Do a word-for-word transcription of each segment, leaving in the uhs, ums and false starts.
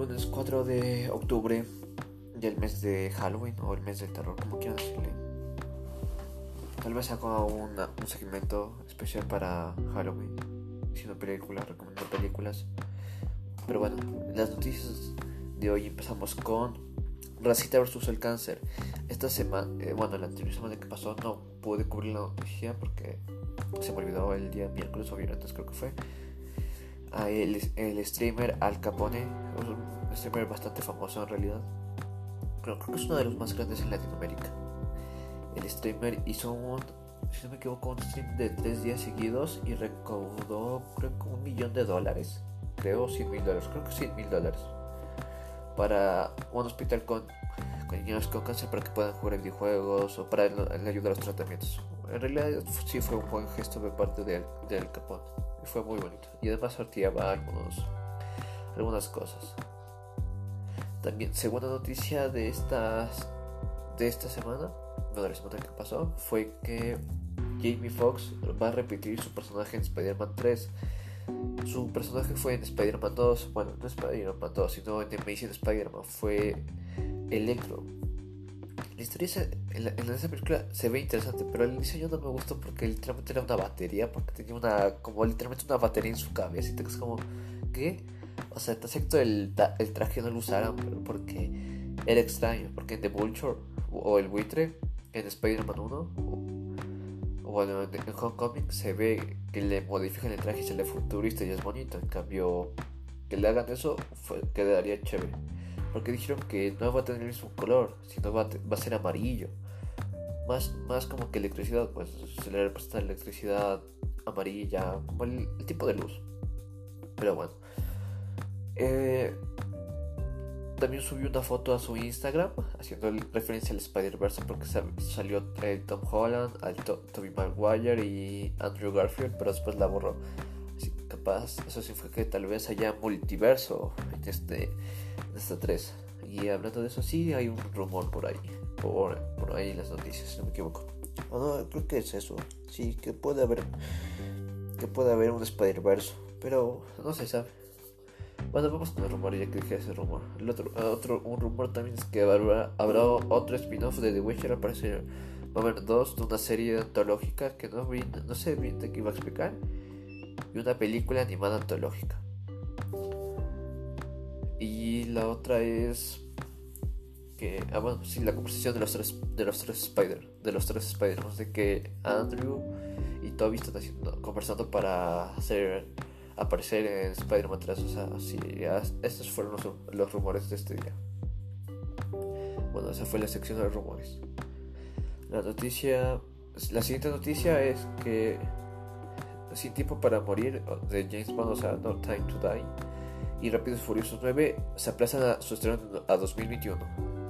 lunes cuatro de octubre del mes de Halloween o el mes del terror, como quieran decirle. Tal vez haga una, un segmento especial para Halloween, diciendo películas, recomendando películas. Pero bueno, las noticias de hoy empezamos con Racita versus el cáncer. Esta semana, eh, bueno, la anterior semana que pasó no pude cubrir la noticia porque se me olvidó el día miércoles o viernes, creo que fue. Ah, el, el streamer Al Capone, un streamer bastante famoso en realidad, creo, creo que es uno de los más grandes en Latinoamérica. El streamer hizo un, si no me equivoco, un stream de tres días seguidos y recaudó creo que un millón de dólares, creo cien mil dólares, creo que cien mil dólares para un hospital con, con niños con cáncer para que puedan jugar videojuegos o para le ayudar a los tratamientos. En realidad sí fue un buen gesto de parte de, de Al Capone y fue muy bonito, y además sorteaba algunos, algunas cosas. También, segunda noticia de estas de esta semana, no de la semana que pasó, fue que Jamie Foxx va a repetir su personaje en Spider-Man tres. Su personaje fue en Spider-Man dos, bueno, no Spider-Man dos, sino en Amazing Spider-Man, fue Electro. La historia se, en, la, en esa película se ve interesante, pero al inicio yo no me gustó porque literalmente era una batería, porque tenía una, como literalmente una batería en su cabeza, y te quedas como, ¿qué? O sea, te acepto el, el traje no lo usaron, pero porque era extraño, porque en The Vulture o el buitre en Spider-Man uno o bueno, en, en Homecoming se ve que le modifican el traje y se le futurista y es bonito. En cambio, que le hagan eso fue, quedaría chévere, porque dijeron que no va a tener el mismo color, sino va a, va a ser amarillo, más, más como que electricidad, pues se le representa la electricidad amarilla, como el, el tipo de luz. Pero bueno, eh, también subió una foto a su Instagram haciendo referencia al Spider-Verse, porque salió eh, Tom Holland, al to- Tobey Maguire y Andrew Garfield, pero después la borró. Así, capaz, eso sí fue que tal vez haya multiverso en este en esta tres. Y hablando de eso, sí hay un rumor por ahí, por, por ahí en las noticias, si no me equivoco. O no, creo que es eso. Sí, que puede haber, que puede haber un Spider-Verse, pero no se sabe. Bueno, vamos con el rumor, ya que dije ese rumor. El otro, otro un rumor también es que habrá, habrá otro spin-off de The Witcher. Al parecer va a haber dos, de una serie antológica que no, vi, no sé bien de qué iba a explicar, y una película animada antológica. Y la otra es que, ah bueno, sí, la conversación de los tres, de los tres Spider, de los tres Spider-Man, de que Andrew y Toby están haciendo, conversando para hacer aparecer en Spider-Man tres. O sea, sí, ya, estos fueron los, los rumores de este día. Bueno, esa fue la sección de los rumores. La noticia, la siguiente noticia es que Sin tiempo para morir de James Bond, o sea, No Time to Die, y Rápidos y Furiosos nueve se aplazan a su estreno a dos mil veintiuno.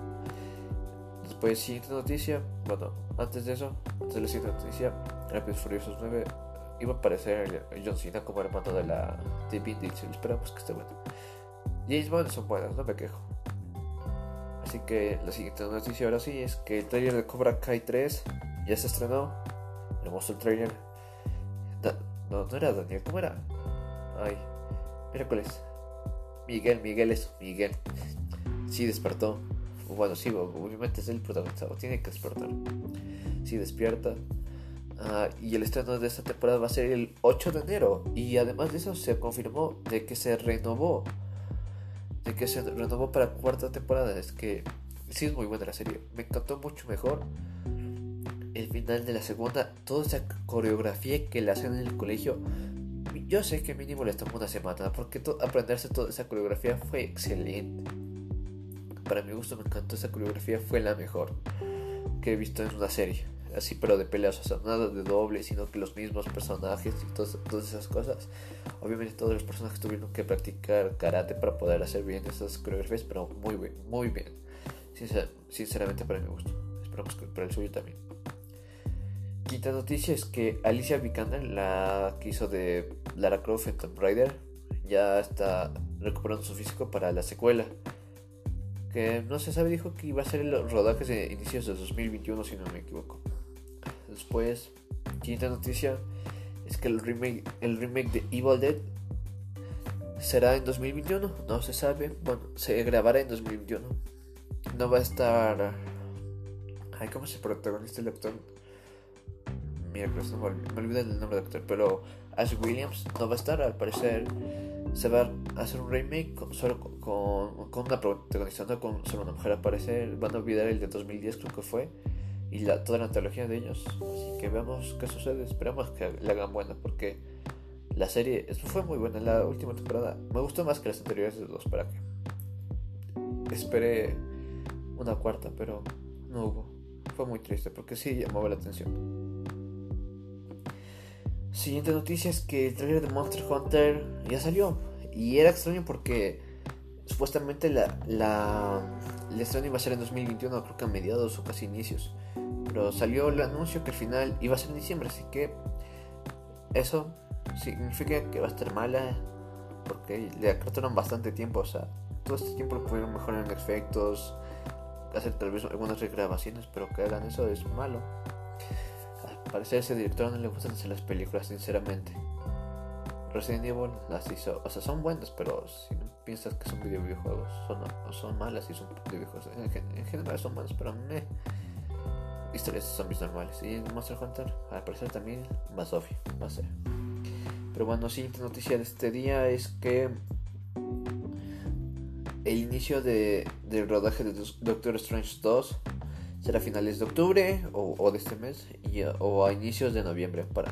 Después, siguiente noticia, bueno, antes de eso, antes de la siguiente noticia, Rápidos y Furiosos nueve iba a aparecer John Cena como hermano de la de Vin Diesel. Esperamos que esté bueno. James Bond son buenas, no me quejo. Así que la siguiente noticia ahora sí es que el trailer de Cobra Kai tres ya se estrenó. Hermoso el trailer. Da- no, no era Daniel, ¿cómo era? Ay, miércoles. Miguel, Miguel es Miguel. Sí despertó. Bueno, sí, obviamente es el protagonista, tiene que despertar. Sí despierta. Uh, y el estreno de esta temporada va a ser el ocho de enero. Y además de eso se confirmó de que se renovó. De que se renovó para cuarta temporada. Es que sí es muy buena la serie. Me encantó mucho mejor el final de la segunda. Toda esa coreografía que le hacen en el colegio. Yo sé que mínimo les tomó una semana, porque to- aprenderse toda esa coreografía fue excelente. Para mi gusto me encantó esa coreografía. Fue la mejor que he visto en una serie así, pero de peleas, o sea, nada de doble, sino que los mismos personajes y todas, todas esas cosas. Obviamente todos los personajes tuvieron que practicar karate para poder hacer bien esas coreografías, pero muy bien, muy bien. Sincer- sinceramente para mi gusto. Esperamos que para el suyo también. Quinta noticia es que Alicia Vikander, la que hizo de Lara Croft en Tomb Raider, ya está recuperando su físico para la secuela. Que no se sabe, dijo que iba a ser los rodajes de inicios de dos mil veintiuno, si no me equivoco. Después, quinta noticia es que el remake, el remake de Evil Dead será en dos mil veintiuno, no se sabe. Bueno, se grabará en dos mil veintiuno. No va a estar... Ay, ¿cómo es el protagonista, el actor? Miércoles, no me, ol- me olvidé el nombre del actor, pero Ash Williams no va a estar, al parecer. Se va a hacer un remake con, solo con, con, con una protagonista, no con solo una mujer, al parecer. Van a olvidar el de dos mil diez, creo que fue, y la, toda la trilogía de ellos. Así que veamos qué sucede. Esperamos que la hagan buena, porque la serie fue muy buena. La última temporada me gustó más que las anteriores de dos, para que esperé una cuarta, pero no hubo. Fue muy triste porque sí llamaba la atención. Siguiente noticia es que el trailer de Monster Hunter ya salió. Y era extraño porque supuestamente la, la, el estreno iba a ser en dos mil veintiuno, creo que a mediados o casi inicios. Pero salió el anuncio que al final iba a ser en diciembre, así que eso significa que va a estar mala, porque le acortaron bastante tiempo. O sea, todo este tiempo lo pudieron mejorar en efectos, hacer tal vez algunas regrabaciones, pero que hagan eso es malo. Al parecer a ese director no le gustan hacer las películas, sinceramente. Resident Evil las hizo, o sea, son buenas, pero si no piensas que son videojuegos, son, son malas y son videojuegos. En, en general son buenas, pero meh. Historias de zombies normales. Y en Monster Hunter, al parecer también va Sophie, va a ser. Pero bueno, siguiente noticia de este día es que el inicio de, del rodaje de Doctor Strange dos será a finales de octubre o, o de este mes y, o a inicios de noviembre para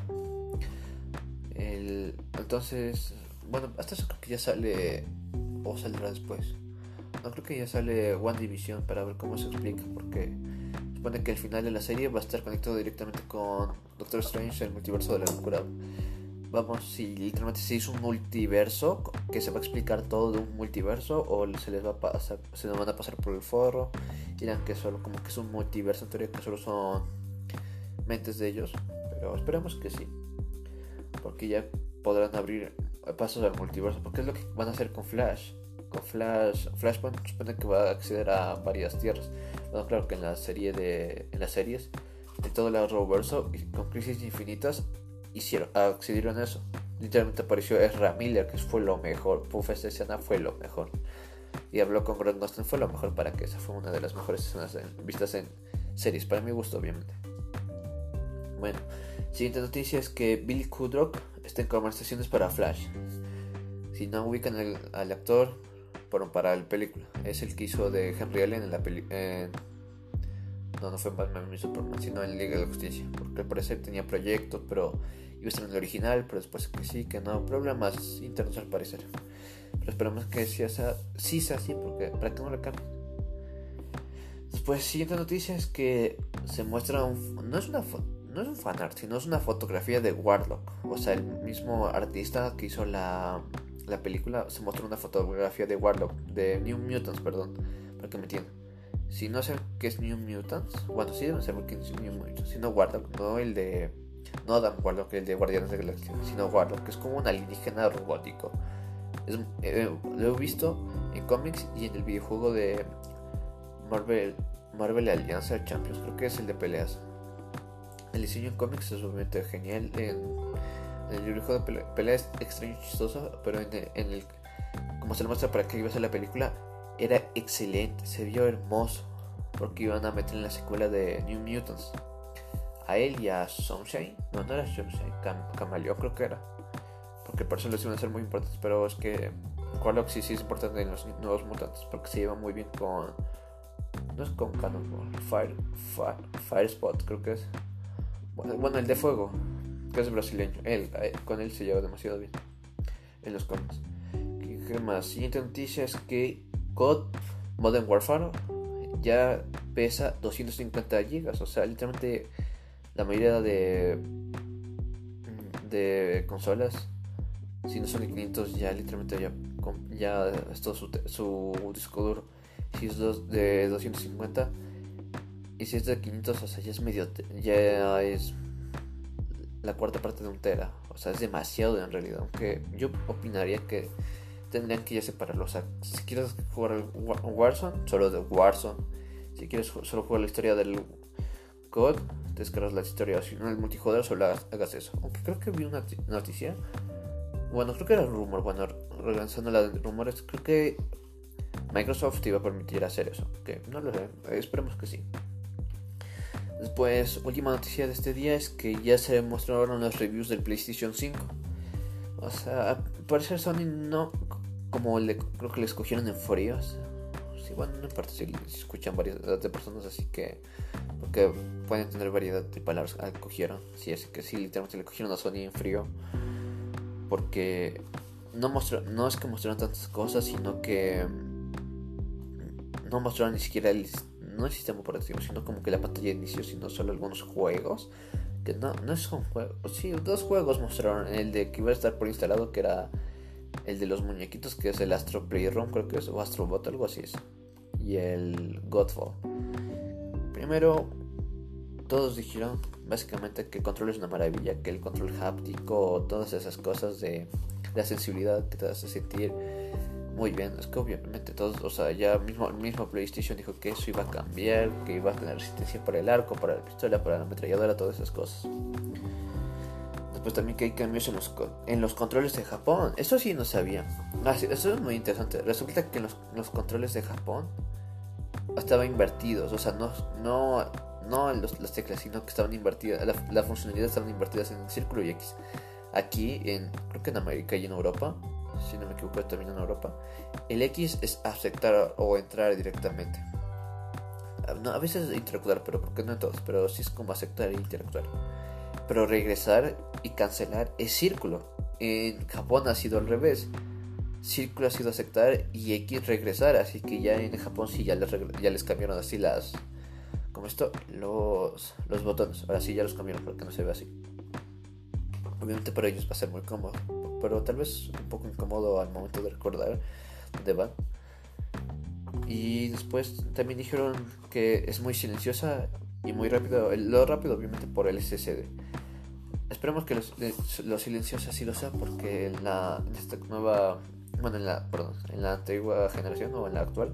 el, entonces, bueno, hasta eso creo que ya sale o saldrá después. No, creo que ya sale WandaVision para ver cómo se explica, porque supone que el final de la serie va a estar conectado directamente con Doctor Strange, el multiverso de la locura. Vamos, si literalmente se hizo un multiverso, que se va a explicar todo de un multiverso, o se les va a pasar, se nos van a pasar por el forro, dirán que solo como que es un multiverso, en teoría que solo son mentes de ellos, pero esperemos que sí, porque ya podrán abrir pasos al multiverso, porque es lo que van a hacer con Flash. Con Flash, Flashpoint supone que va a acceder a varias tierras. Bueno, claro que en la serie de, en las series de todo el Arrowverso y con Crisis Infinitas hicieron, accedieron a eso. Literalmente apareció Ezra Miller, que fue lo mejor. Puff, esta escena fue lo mejor. Y habló con Grant Gustin, fue lo mejor, para que esa fue una de las mejores escenas en, vistas en series, para mi gusto, obviamente. Bueno, siguiente noticia es que Billy Kudrock está en conversaciones para Flash. Si no ubican el, al actor, bueno, para la película, es el que hizo de Henry Allen en la película. Eh, no, no fue en Batman y Superman, sino en Liga de la Justicia, porque al parecer tenía proyectos, pero iba a estar en el original, pero después que sí, que no, problemas internos al parecer. Pero esperamos que sí sea, sí sea así, porque para que no lo cambien. Después, siguiente noticia es que se muestra un, no es una foto, no es un fanart, sino es una fotografía de Warlock. O sea, el mismo artista que hizo la, la película, se muestra una fotografía de Warlock, de New Mutants, perdón, para que me entiendan. Si no saben qué es New Mutants, bueno, sí deben saber qué es New Mutants, sino Warlock, no el de, no Adam Warlock, el de Guardianes de la Galaxia, sino Warlock, que es como un alienígena robótico. Es, eh, lo he visto en cómics y en el videojuego de Marvel, Marvel Alliance Champions, creo que es el de peleas. El diseño en cómics es obviamente genial. En, en el videojuego de pelea, pelea es extraño y chistoso, pero en el, en el, como se lo muestra para que iba a ser la película, era excelente, se vio hermoso, porque iban a meter en la secuela de New Mutants a él y a Sunshine. No, no era Sunshine, Cam, Camaleón creo que era, porque por eso les iban a ser muy importantes. Pero es que Warlock sí, sí es importante en los nuevos mutantes, porque se lleva muy bien con, no es con Cannonball, Fire, Fire, Fire Spot creo que es. Bueno, bueno, el de fuego, que es brasileño, él, con él se lleva demasiado bien en los cómics. ¿Qué más? Siguiente noticia es que C O D Modern Warfare ya pesa doscientos cincuenta gigas. O sea, literalmente la mayoría de de consolas, si no son de quinientos, ya literalmente ya, ya es todo su, su disco duro. Si es de doscientos cincuenta y si es de quinientos, o sea, ya es medio, ya es la cuarta parte de un tera. O sea, es demasiado en realidad, aunque yo opinaría que tendrían que ya separarlo. O sea, si quieres jugar el Warzone, solo de Warzone. Si quieres solo jugar la historia del C O D, te descargas la historia. Si no, el multijugador, solo hagas, hagas eso. Aunque creo que vi una noticia, bueno, creo que era rumor, bueno, relanzando la de rumores, creo que Microsoft te iba a permitir hacer eso. Que no lo sé, esperemos que sí. Después, última noticia de este día es que ya se mostraron los reviews del PlayStation cinco. O sea, al parecer Sony no, como le, creo que le escogieron en frío. Sí, bueno, no importa si escuchan variedad de personas, así que porque pueden tener variedad de palabras al cogieron. Sí, así que sí, literalmente le cogieron a Sony en frío. Porque no mostró, no es que mostraron tantas cosas, sino que no mostraron ni siquiera el, no el sistema operativo, sino como que la pantalla de inicio, sino solo algunos juegos. Que no, no son juegos, sí, dos juegos mostraron. El de que iba a estar por instalado, que era el de los muñequitos, que es el Astro Playroom, creo que es, o Astrobot, algo así es. Y el Godfall. Primero, todos dijeron básicamente que el control es una maravilla, que el control háptico, todas esas cosas de la sensibilidad que te hace sentir muy bien. Es que obviamente todos, o sea, ya mismo el mismo PlayStation dijo que eso iba a cambiar, que iba a tener resistencia para el arco, para la pistola, para la ametralladora, todas esas cosas. Después también que hay cambios en los, en los controles de Japón. Eso sí no sabía. Ah, sí, eso es muy interesante. Resulta que los, los controles de Japón estaban invertidos, o sea, no, no, no los, las teclas, sino que estaban invertidas, la, la funcionalidad estaban invertidas en círculo y X. Aquí, en, creo que en América y en Europa, si no me equivoco, también en Europa, el X es aceptar o entrar directamente. No, a veces es interactuar, pero porque no en todos, pero sí es como aceptar e interactuar. Pero regresar y cancelar es círculo. En Japón ha sido al revés. Círculo ha sido aceptar y X regresar. Así que ya en Japón sí ya les, ya les cambiaron así las, como esto, los, los botones. Ahora sí ya los cambiaron para que no se vea así. Obviamente para ellos va a ser muy cómodo, pero tal vez un poco incómodo al momento de recordar dónde van. Y después también dijeron que es muy silenciosa y muy rápido. Lo rápido obviamente por el S S D. Esperemos que los, los silenciosos así lo sea, porque en la en esta nueva, bueno, en la, perdón, en la antigua generación o en la actual,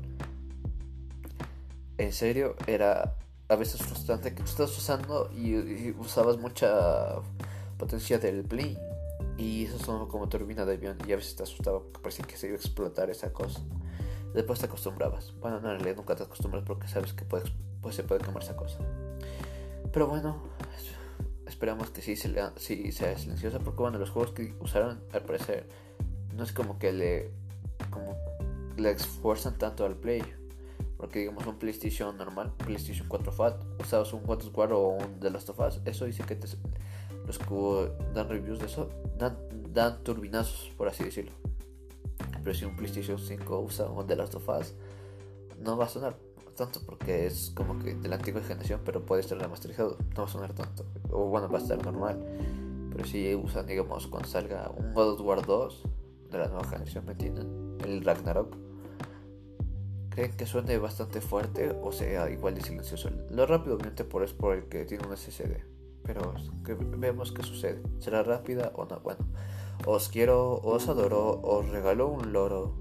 en serio era a veces frustrante que tú estás usando y, y usabas mucha potencia del Play y eso sonaba como turbina de avión y a veces te asustaba porque parecía que se iba a explotar esa cosa. Después te acostumbrabas. Bueno, no, en realidad nunca te acostumbras porque sabes que puede, pues se puede quemar esa cosa. Pero bueno, esperamos que sí, se le, sí sea silenciosa, porque bueno, los juegos que usaron al parecer no es como que le como le esfuerzan tanto al Play. Porque digamos un PlayStation normal, PlayStation cuatro Fat, usabas un God of War o un The Last of Us, eso dice que te, los que dan reviews de eso dan, dan turbinazos, por así decirlo. Pero si un PlayStation cinco usa un The Last of Us, no va a sonar tanto porque es como que de la antigua generación, pero puede estar remasterizado, no va a sonar tanto, o bueno, va a estar normal. Pero si usan, digamos, cuando salga un God of War dos de la nueva generación, ¿me entienden? El Ragnarok, creen que suene bastante fuerte o sea igual de silencioso. Lo rápido obviamente por es por el que tiene un S S D, pero que vemos qué sucede. ¿Será rápida o no? Bueno, os quiero, os adoro, os regalo un loro.